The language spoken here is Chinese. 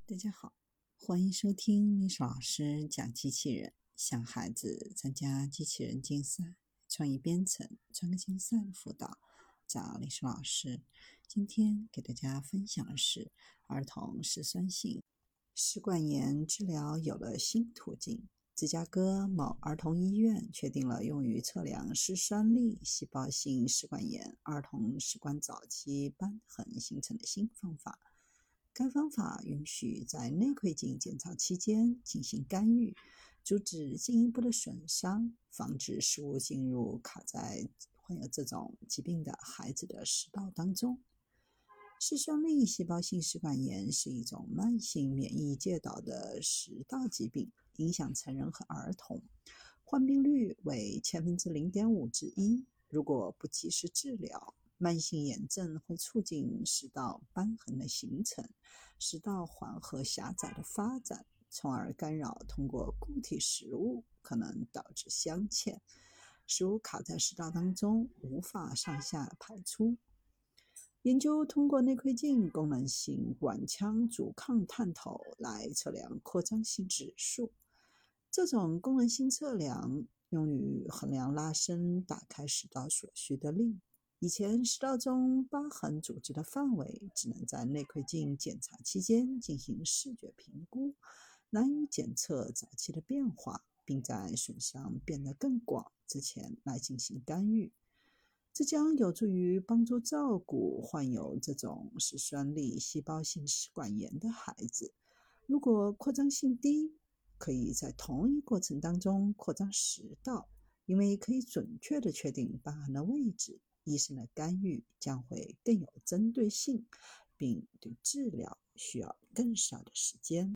大家好，欢迎收听历史老师讲机器人，向孩子参加机器人竞赛、创意编程、创客竞赛的辅导，找历史老师。今天给大家分享的是儿童嗜酸性食管炎治疗有了新途径。芝加哥某儿童医院确定了用于测量嗜酸粒细胞性食管炎儿童食管早期瘢痕形成的新方法。该方法允许在内窥镜检查期间进行干预，阻止进一步的损伤，防止食物进入卡在患有这种疾病的孩子的食道当中。嗜酸粒细胞性食管炎是一种慢性免疫介导的食道疾病，影响成人和儿童，患病率为0.5%至1%。如果不及时治疗，慢性炎症会促进食道瘢痕的形成，食道缓和狭窄的发展，从而干扰通过固体食物，可能导致镶嵌，食物卡在食道当中，无法上下排出。研究通过内窥镜功能性管腔阻抗探头来测量扩张性指数。这种功能性测量用于衡量拉伸打开食道所需的力。以前食道中疤痕组织的范围只能在内窥镜检查期间进行视觉评估，难以检测早期的变化，并在损伤变得更广之前来进行干预。这将有助于帮助照顾患有这种嗜酸粒细胞性食管炎的孩子。如果扩张性低，可以在同一过程当中扩张食道，因为可以准确地确定瘢痕的位置，医生的干预将会更有针对性，并对治疗需要更少的时间。